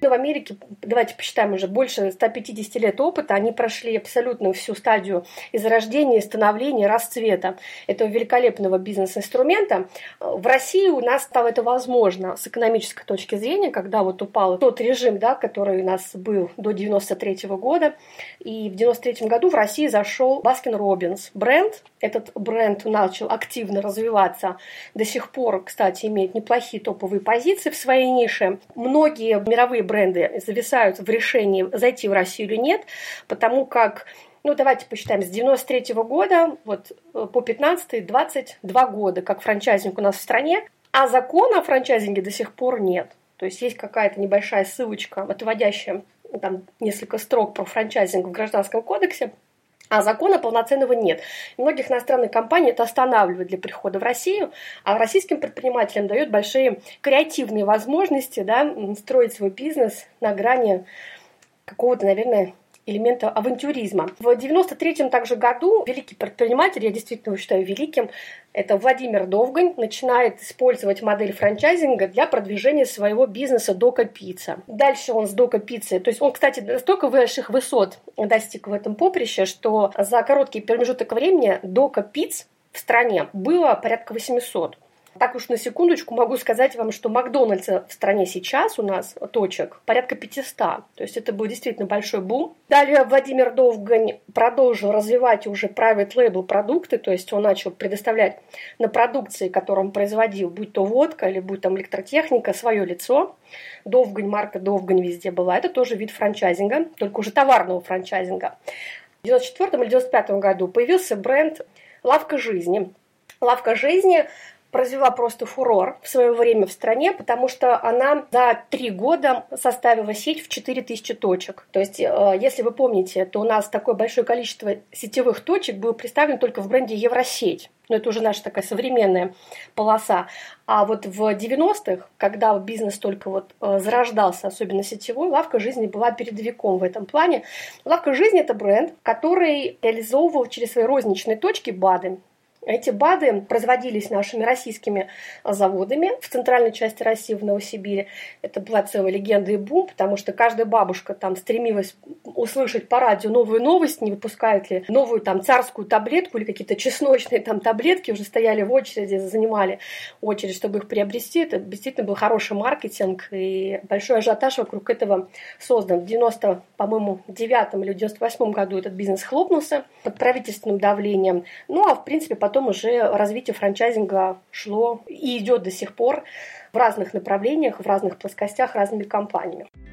в Америке, давайте посчитаем, уже больше 150 лет опыта, они прошли абсолютно всю стадию и зарождения, и становления, и расцвета этого великолепного бизнес-инструмента. В России у нас стало это возможно с экономической точки зрения, когда вот упал тот режим, да, который у нас был до 93 года, и в 93 году в России зашел Баскин Роббинс бренд. Этот бренд начал активно развиваться, до сих пор, кстати, имеет неплохие топовые позиции в своей нише. Многие мировые бренды зависают в решении, зайти в Россию или нет, потому как, давайте посчитаем, с 93 года вот, по 15 22 года, как франчайзинг у нас в стране, а закона о франчайзинге до сих пор нет. То есть есть какая-то небольшая ссылочка, отводящая там несколько строк про франчайзинг в Гражданском кодексе, а закона полноценного нет. И многих иностранных компаний это останавливает для прихода в Россию, а российским предпринимателям дает большие креативные возможности, да, строить свой бизнес на грани какого-то, наверное, элемента авантюризма. В 93-м также году великий предприниматель, я действительно его считаю великим, это Владимир Довгань, начинает использовать модель франчайзинга для продвижения своего бизнеса Дока Пицца. Дальше он с Дока Пиццы, то есть он, кстати, настолько больших высот достиг в этом поприще, что за короткий промежуток времени Дока Пиц в стране было порядка 800. Так уж на секундочку могу сказать вам, что Макдональдса в стране сейчас у нас точек порядка 500. То есть это был действительно большой бум. Далее Владимир Довгань продолжил развивать уже private label продукты, то есть он начал предоставлять на продукции, которую он производил, будь то водка или будь там электротехника, свое лицо. Довгань, марка Довгань везде была. Это тоже вид франчайзинга, только уже товарного франчайзинга. В 1994 или 1995 году появился бренд «Лавка жизни». «Лавка жизни» произвела просто фурор в свое время в стране, потому что она за 3 года составила сеть в 4000 точек. То есть, если вы помните, то у нас такое большое количество сетевых точек было представлено только в бренде Евросеть. Но это уже наша такая современная полоса. А вот в 90-х, когда бизнес только вот зарождался, особенно сетевой, «Лавка жизни» была передовиком в этом плане. «Лавка жизни» — это бренд, который реализовывал через свои розничные точки БАДы. Эти БАДы производились нашими российскими заводами в центральной части России, в Новосибири. Это была целая легенда и бум, потому что каждая бабушка там стремилась услышать по радио новую новость, не выпускают ли новую там царскую таблетку или какие-то чесночные там таблетки, уже стояли в очереди, занимали очередь, чтобы их приобрести. Это действительно был хороший маркетинг и большой ажиотаж вокруг этого создан. В 99-м или 98-м году этот бизнес хлопнулся под правительственным давлением. Ну, а в принципе потом уже развитие франчайзинга шло и идет до сих пор в разных направлениях, в разных плоскостях, разными компаниями.